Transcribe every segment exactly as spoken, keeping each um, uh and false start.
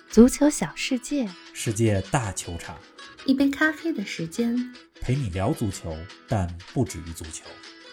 足球小世界， 世界大球场， 一杯咖啡的时间， 陪你聊足球，但不止于足球。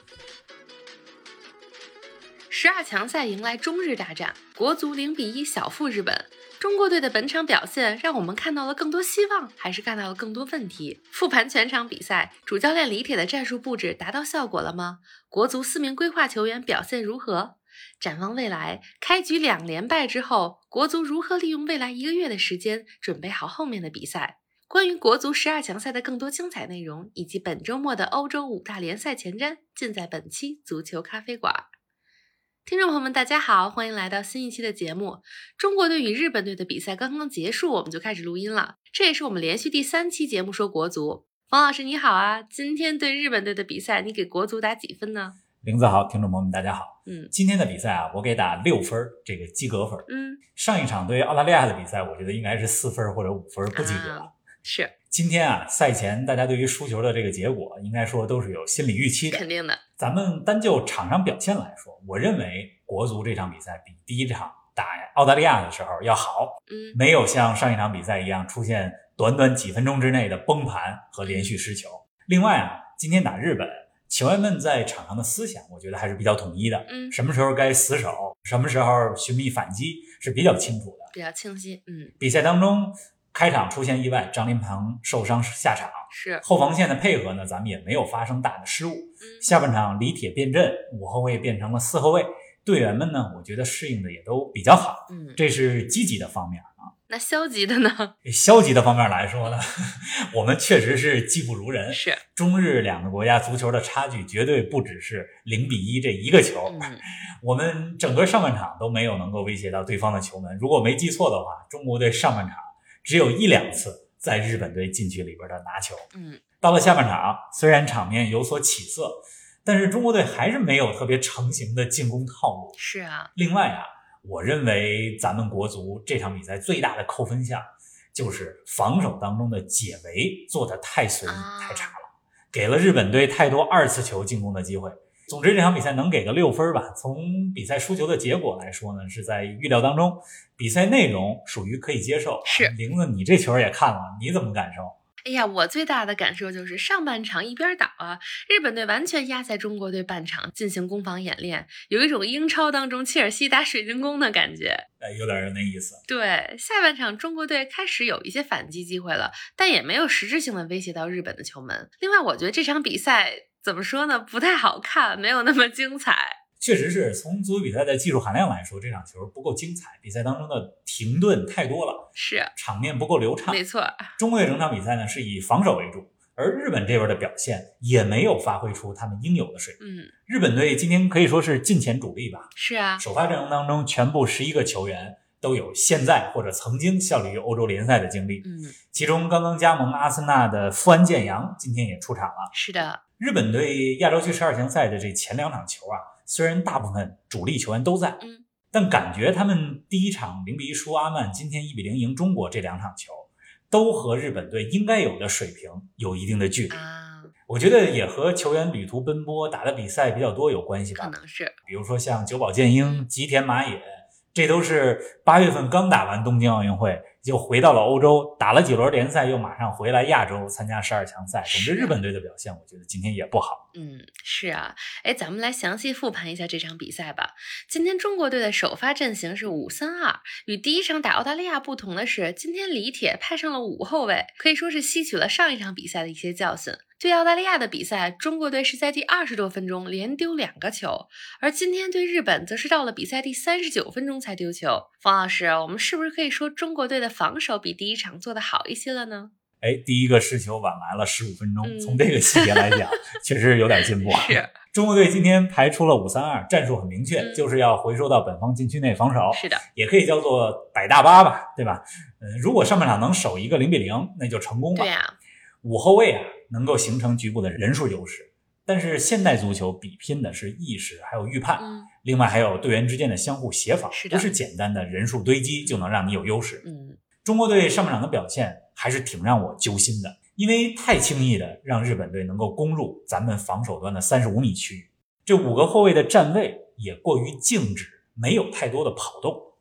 十二强赛迎来中日大战，国足零比一小负日本。中国队的本场表现让我们看到了更多希望，还是看到了更多问题？复盘全场比赛，主教练李铁的战术布置达到效果了吗？国足四名归化球员表现如何？展望未来，开局两连败之后，国足如何利用未来一个月的时间准备好后面的比赛？关于国足十二强赛的更多精彩内容，以及本周末的欧洲五大联赛前瞻，尽在本期足球咖啡馆。听众朋友们大家好，欢迎来到新一期的节目。中国队与日本队的比赛刚刚结束，我们就开始录音了，这也是我们连续第三期节目说国足。王老师你好啊，今天对日本队的比赛你给国足打几分呢？ 林子好，听众朋友们大家好。 嗯， 今天的比赛啊，我给打六分，这个及格分。 嗯， 上一场对澳大利亚的比赛，我觉得应该是四分或者五分，不及格。 啊、是。 今天啊，赛前大家对于输球的这个结果，应该说都是有心理预期的。 肯定的。 咱们单就场上表现来说，我认为国足这场比赛比第一场打澳大利亚的时候要好。 嗯， 没有像上一场比赛一样出现短短几分钟之内的崩盘和连续失球。另外啊，今天打日本，球员们在场上的思想我觉得还是比较统一的。 嗯， 什么时候该死守，什么时候寻觅反击是比较清楚的， 比较清晰。嗯， 比赛当中开场出现意外，张琳芃受伤下场， 是后防线的配合呢，咱们也没有发生大的失误。 嗯， 下半场李铁变阵，五后卫变成了四后卫，队员们呢，我觉得适应的也都比较好。 嗯， 这是积极的方面啊。 那消极的呢？ 消极的方面来说呢，我们确实是技不如人。 是中日两个国家足球的差距绝对不只是零比一这一个球。 嗯， 我们整个上半场都没有能够威胁到对方的球门。如果没记错的话，中国队上半场只有一两次在日本队禁区里边的拿球。 嗯， 到了下半场，虽然场面有所起色，但是中国队还是没有特别成型的进攻套路。 是啊。 另外啊，我认为咱们国足这场比赛最大的扣分项就是防守当中的解围做得太随意、啊、太差了，给了日本队太多二次球进攻的机会。总之这场比赛能给个六分吧。从比赛输球的结果来说呢，是在预料当中，比赛内容属于可以接受。 是。 玲子你这球也看了，你怎么感受？ 哎呀，我最大的感受就是上半场一边倒啊，日本队完全压在中国队半场进行攻防演练，有一种英超当中切尔西打水晶宫的感觉。 哎，有点那意思。 对，下半场中国队开始有一些反击机会了，但也没有实质性的威胁到日本的球门。另外，我觉得这场比赛怎么说呢，不太好看，没有那么精彩。 确实是从足球比赛的技术含量来说，这场球不够精彩，比赛当中的停顿太多了， 是场面不够流畅。 没错， 中国队整场比赛呢是以防守为主，而日本这边的表现也没有发挥出他们应有的水平。 嗯， 日本队今天可以说是近前主力吧。 是啊， 首发阵容当中全部十一个球员都有现在或者曾经效力于欧洲联赛的经历。 嗯， 其中刚刚加盟阿森纳的富安健洋今天也出场了。 是的， 日本队亚洲区十二强赛的这前两场球啊，虽然大部分主力球员都在， 嗯， 但感觉他们第一场零比一输阿曼，今天一比零赢中国，这两场球都和日本队应该有的水平有一定的距离啊。 我觉得也和球员旅途奔波打的比赛比较多有关系吧。 可能是， 比如说像久保建英、吉田麻也，这都是八月份刚打完东京奥运会就回到了欧洲，打了几轮联赛又马上回来亚洲参加十二强赛。总之日本队的表现我觉得今天也不好。 嗯，是啊。哎，咱们来详细复盘一下这场比赛吧。今天中国队的首发阵型是五三二，与第一场打澳大利亚不同的是，今天李铁派上了五后卫，可以说是吸取了上一场比赛的一些教训。对澳大利亚的比赛，中国队是在第二十多分钟连丢两个球，而今天对日本则是到了比赛第三十九分钟才丢球。方老师，我们是不是可以说中国队的防守比第一场做得好一些了呢？ 哎，第一个失球晚来了十五分钟、嗯、从这个细节来讲确实有点进步。 是， 中国队今天排出了五三二，战术很明确、 嗯、 就是要回收到本方禁区内防守。 是的，也可以叫做摆大巴吧，对吧？嗯，如果上半场能守一个零比零，那就成功了。 对啊， 五后卫啊能够形成局部的人数优势，但是现代足球比拼的是意识还有预判、 嗯、 另外还有队员之间的相互协防， 是的， 不是简单的人数堆积就能让你有优势。 嗯， 中国队上半场的表现还是挺让我揪心的，因为太轻易的让日本队能够攻入咱们防守端的三十五米区域，这五个后卫的站位也过于静止，没有太多的跑动。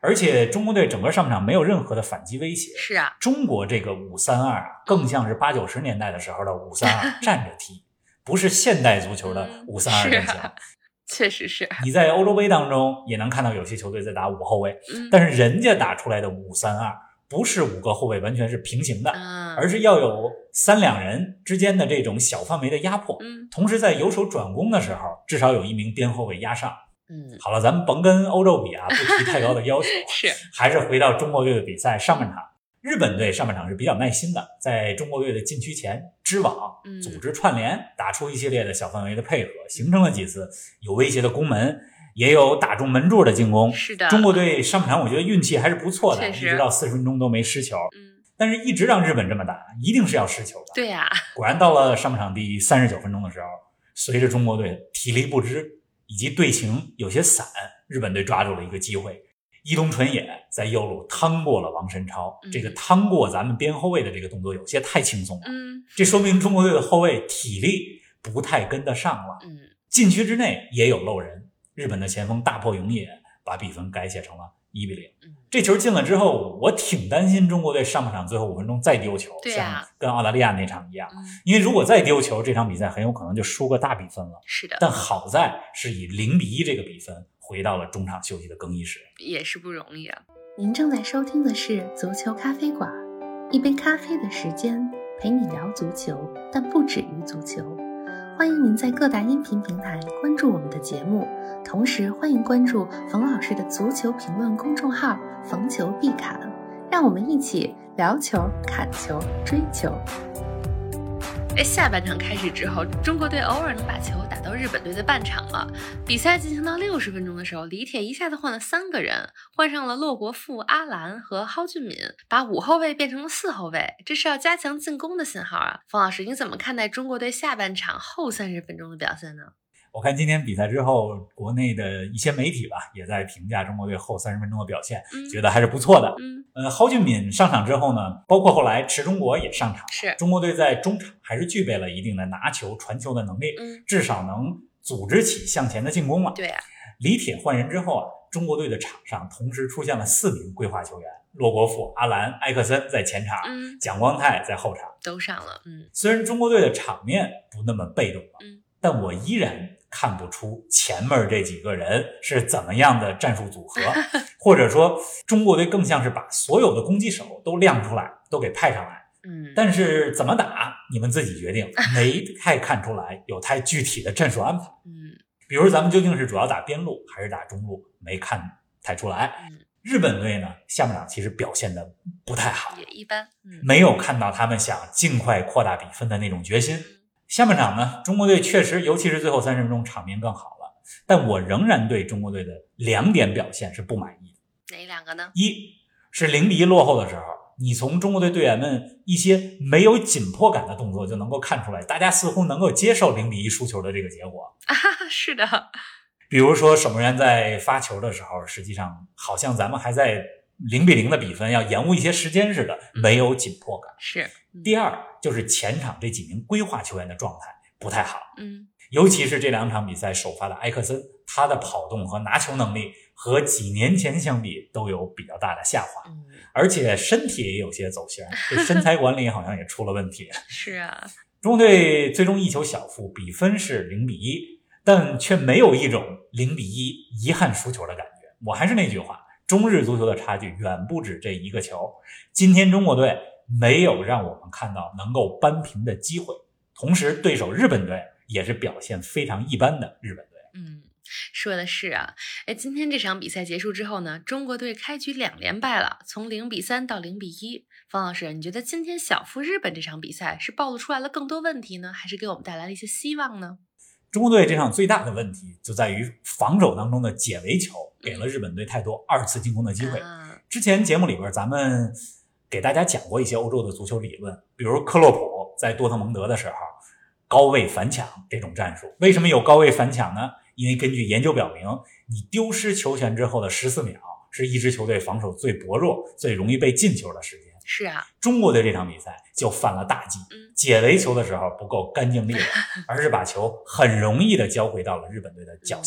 而且中国队整个上半场没有任何的反击威胁。 是啊， 中国这个五三二更像是八九十年代的时候的五三二站着踢，不是现代足球的五三二阵型。 啊，确实是。 你在欧洲杯当中也能看到有些球队在打五后卫， 嗯、 但是人家打出来的五三二不是五个后卫完全是平行的， 嗯、 而是要有三两人之间的这种小范围的压迫， 嗯、 同时在由守转攻的时候至少有一名边后卫压上。 嗯， 好了，咱们甭跟欧洲比啊，不提太高的要求是， 还是回到中国队的比赛上半场。日本队上半场是比较耐心的，在中国队的禁区前织网、组织串联，打出一系列的小范围的配合，形成了几次有威胁的攻门，也有打中门柱的进攻。 是的， 中国队上半场我觉得运气还是不错的， 一直到四十分钟都没失球。 嗯， 但是一直让日本这么打，一定是要失球的。 对呀、啊， 果然到了上半场第三十九分钟的时候，随着中国队体力不支以及队形有些散，日本队抓住了一个机会。伊东纯也在右路趟过了王申超、嗯、这个趟过咱们边后卫的这个动作有些太轻松了， 嗯， 这说明中国队的后卫体力不太跟得上了。 嗯， 禁区之内也有漏人，日本的前锋大迫勇也把比分改写成了一比零。 嗯， 这球进了之后，我挺担心中国队上半场最后五分钟再丢球， 对啊， 像跟澳大利亚那场一样、 嗯， 因为如果再丢球，这场比赛很有可能就输个大比分了。 是的， 但好在是以零比一这个比分回到了中场休息的更衣室， 也是不容易啊。 您正在收听的是足球咖啡馆，一杯咖啡的时间陪你聊足球，但不止于足球。欢迎您在各大音频平台关注我们的节目，同时欢迎关注冯老师的足球评论公众号冯球必侃，让我们一起聊球、砍球、追球。 哎，下半场开始之后，中国队偶尔能把球打到日本队的半场了。比赛进行到六十分钟的时候，李铁一下子换了三个人，换上了骆国富、阿兰和蒿俊闵，把五后卫变成了四后卫，这是要加强进攻的信号啊！冯老师，你怎么看待中国队下半场后三十分钟的表现呢？ 我看今天比赛之后，国内的一些媒体吧，也在评价中国队后三十分钟的表现、嗯，觉得还是不错的。 嗯， 呃，蒿俊闵上场之后呢，包括后来池中国也上场， 是中国队在中场还是具备了一定的拿球、传球的能力， 嗯， 至少能组织起向前的进攻了。 对啊， 李铁换人之后啊，中国队的场上同时出现了四名规划球员，骆国富、阿兰、埃克森在前场， 嗯， 蒋光太在后场， 都上了。嗯， 虽然中国队的场面不那么被动了， 嗯， 但我依然看不出前面这几个人是怎么样的战术组合，或者说中国队更像是把所有的攻击手都亮出来，都给派上来。 嗯， 但是怎么打你们自己决定，没太看出来有太具体的战术安排。 嗯， 比如咱们究竟是主要打边路还是打中路，没看太出来。 嗯， 日本队呢，下半场其实表现的不太好， 也一般。嗯， 没有看到他们想尽快扩大比分的那种决心。下半场呢，中国队确实，尤其是最后三十分钟场面更好了，但我仍然对中国队的两点表现是不满意的。 哪两个呢？ 一是零比一落后的时候，你从中国队队员们一些没有紧迫感的动作就能够看出来，大家似乎能够接受零比一输球的这个结果。 啊，是的。 比如说守门员在发球的时候，实际上好像咱们还在零比零的比分要延误一些时间似的，没有紧迫感。 是。 嗯、第二就是前场这几名规划球员的状态不太好。 嗯， 尤其是这两场比赛首发的埃克森，他的跑动和拿球能力和几年前相比都有比较大的下滑。 嗯， 而且身体也有些走形，这身材管理好像也出了问题。 是啊， 中国队最终一球小负，比分是零比一，但却没有一种零比一遗憾输球的感觉。我还是那句话，中日足球的差距远不止这一个球。今天中国队没有让我们看到能够扳平的机会，同时对手日本队也是表现非常一般的日本队。 嗯，说的是啊。哎，今天这场比赛结束之后呢，中国队开局两连败了，从零比三到零比一。方老师，你觉得今天小负日本这场比赛是暴露出来了更多问题呢，还是给我们带来了一些希望呢？ 中国队这场最大的问题就在于防守当中的解围球，给了日本队太多二次进攻的机会。 嗯、 之前节目里边咱们给大家讲过一些欧洲的足球理论，比如克洛普在多特蒙德的时候高位反抢这种战术。为什么有高位反抢呢？因为根据研究表明，你丢失球权之后的十四秒是一支球队防守最薄弱最容易被进球的时间。 是啊， 中国队这场比赛就犯了大忌， 嗯、 解围球的时候不够干净利落，而是把球很容易的交回到了日本队的脚下。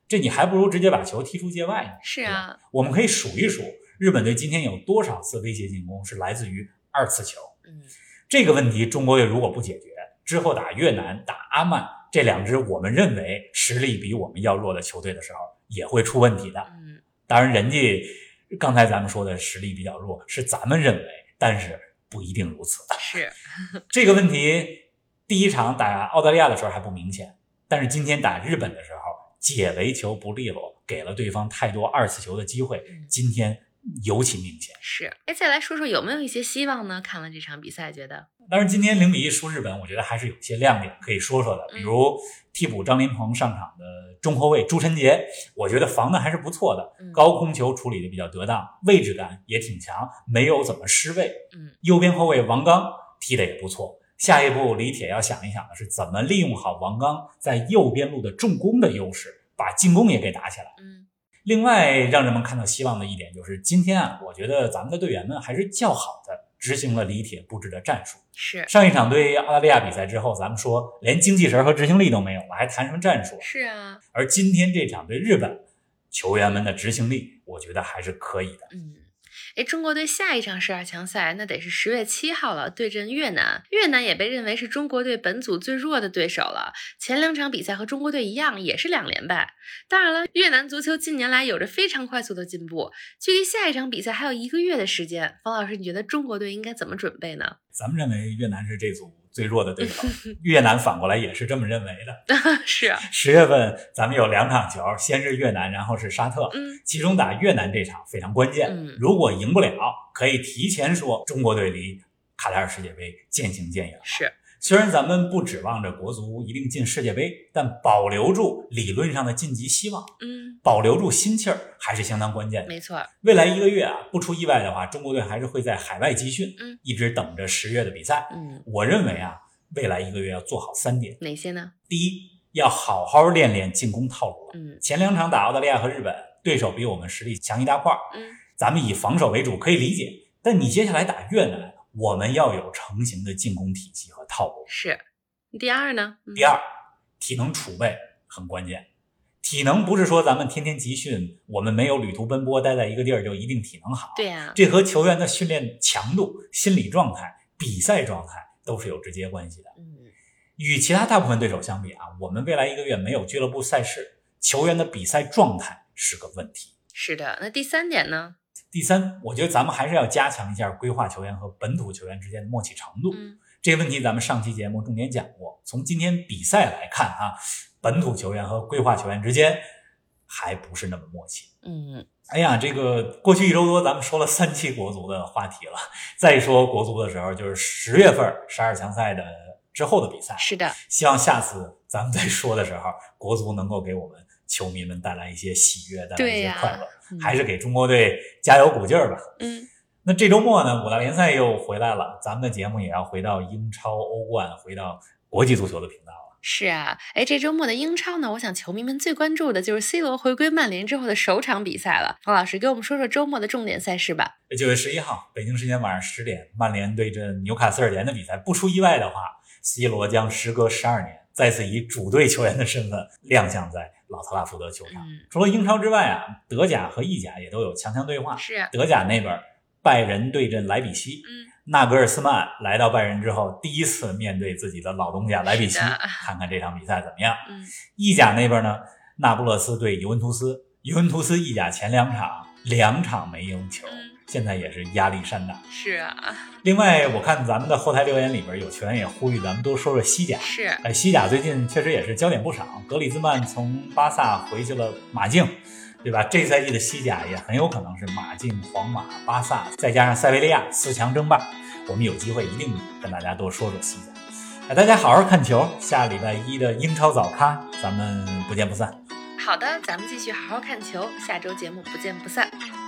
这你还不如直接把球踢出界外呢。 是啊， 我们可以数一数日本队今天有多少次威胁进攻是来自于二次球。 嗯， 这个问题中国队如果不解决，之后打越南、打阿曼这两支我们认为实力比我们要弱的球队的时候，也会出问题的。 嗯， 当然人家刚才咱们说的实力比较弱是咱们认为，但是不一定如此。 是这个问题第一场打澳大利亚的时候还不明显，但是今天打日本的时候解围球不利落，给了对方太多二次球的机会，今天尤其明显。 是，哎，再来说说有没有一些希望呢？看了这场比赛觉得当然今天零比一输日本，我觉得还是有些亮点可以说说的，比如替补张琳芃上场的中后卫朱晨杰，我觉得防的还是不错的，高空球处理的比较得当，位置感也挺强，没有怎么失位。 嗯， 右边后卫王刚踢的也不错。下一步李铁要想一想的是怎么利用好王刚在右边路的重攻的优势，把进攻也给打起来。 嗯， 另外让人们看到希望的一点就是今天啊，我觉得咱们的队员们还是较好的执行了李铁布置的战术。 是， 上一场对澳大利亚比赛之后，咱们说连精气神和执行力都没有了，还谈什么战术？ 是啊， 而今天这场对日本，球员们的执行力我觉得还是可以的。 嗯，哎，中国队下一场十二强赛那得是十月七号了，对阵越南。越南也被认为是中国队本组最弱的对手了，前两场比赛和中国队一样，也是两连败。当然了，越南足球近年来有着非常快速的进步，距离下一场比赛还有一个月的时间。方老师，你觉得中国队应该怎么准备呢？ 咱们认为越南是这组最弱的对手，越南反过来也是这么认为的。 是啊， 十月份咱们有两场球，先是越南，然后是沙特。 嗯， 其中打越南这场非常关键， 嗯， 如果赢不了，可以提前说中国队离卡塔尔世界杯渐行渐远。 是， 虽然咱们不指望着国足一定进世界杯，但保留住理论上的晋级希望， 嗯， 保留住心气儿还是相当关键的。 没错， 未来一个月啊，不出意外的话，中国队还是会在海外集训， 嗯， 一直等着十月的比赛。 嗯， 我认为啊，未来一个月要做好三点。 哪些呢？ 第一，要好好练练进攻套路了。 嗯， 前两场打澳大利亚和日本，对手比我们实力强一大块， 嗯， 咱们以防守为主可以理解，但你接下来打越南，我们要有成型的进攻体系和套路。 是。第二呢？ 第二，体能储备很关键。体能不是说咱们天天集训，我们没有旅途奔波待在一个地儿就一定体能好。 对呀、啊， 这和球员的训练强度、心理状态、比赛状态都是有直接关系的。 嗯， 与其他大部分对手相比啊，我们未来一个月没有俱乐部赛事，球员的比赛状态是个问题。 是的，那第三点呢？ 第三，我觉得咱们还是要加强一下规划球员和本土球员之间的默契程度。 嗯，这个问题咱们上期节目重点讲过。从今天比赛来看啊，本土球员和规划球员之间还不是那么默契。 嗯， 哎呀，这个过去一周多咱们说了三期国足的话题了，再说国足的时候就是十月份十二强赛的之后的比赛。 是的， 希望下次咱们再说的时候，国足能够给我们球迷们带来一些喜悦，带来一些快乐， 嗯、 还是给中国队加油鼓劲儿吧。 嗯， 那这周末呢，五大联赛又回来了，咱们的节目也要回到英超、欧冠，回到国际足球的频道了。 是啊，哎，这周末的英超呢，我想球迷们最关注的就是 C 罗回归曼联之后的首场比赛了。方老师给我们说说周末的重点赛事吧。 九月十一号，北京时间晚上十点，曼联对阵纽卡斯尔联的比赛，不出意外的话 ，C 罗将时隔十二年再次以主队球员的身份亮相在老特拉福德球场。 嗯、 除了英超之外啊，德甲和意甲也都有强强对话。 是、啊， 德甲那边拜仁对阵莱比锡。 嗯。 纳格尔斯曼来到拜仁之后，第一次面对自己的老东家莱比锡，看看这场比赛怎么样。 嗯， 意甲那边呢，那不勒斯对尤文图斯，尤文图斯意甲前两场两场没赢球， 嗯、 现在也是压力山大。 是啊。 另外，我看咱们的后台留言里边有球员也呼吁咱们多说说西甲。 是， 哎，西甲最近确实也是焦点不少，格里兹曼从巴萨回去了马竞。对吧？这赛季的西甲也很有可能是马竞、皇马、巴萨，再加上塞维利亚四强争霸。我们有机会一定跟大家多说说西甲。大家好好看球，下礼拜一的英超早咖，咱们不见不散。 好的，咱们继续好好看球，下周节目不见不散。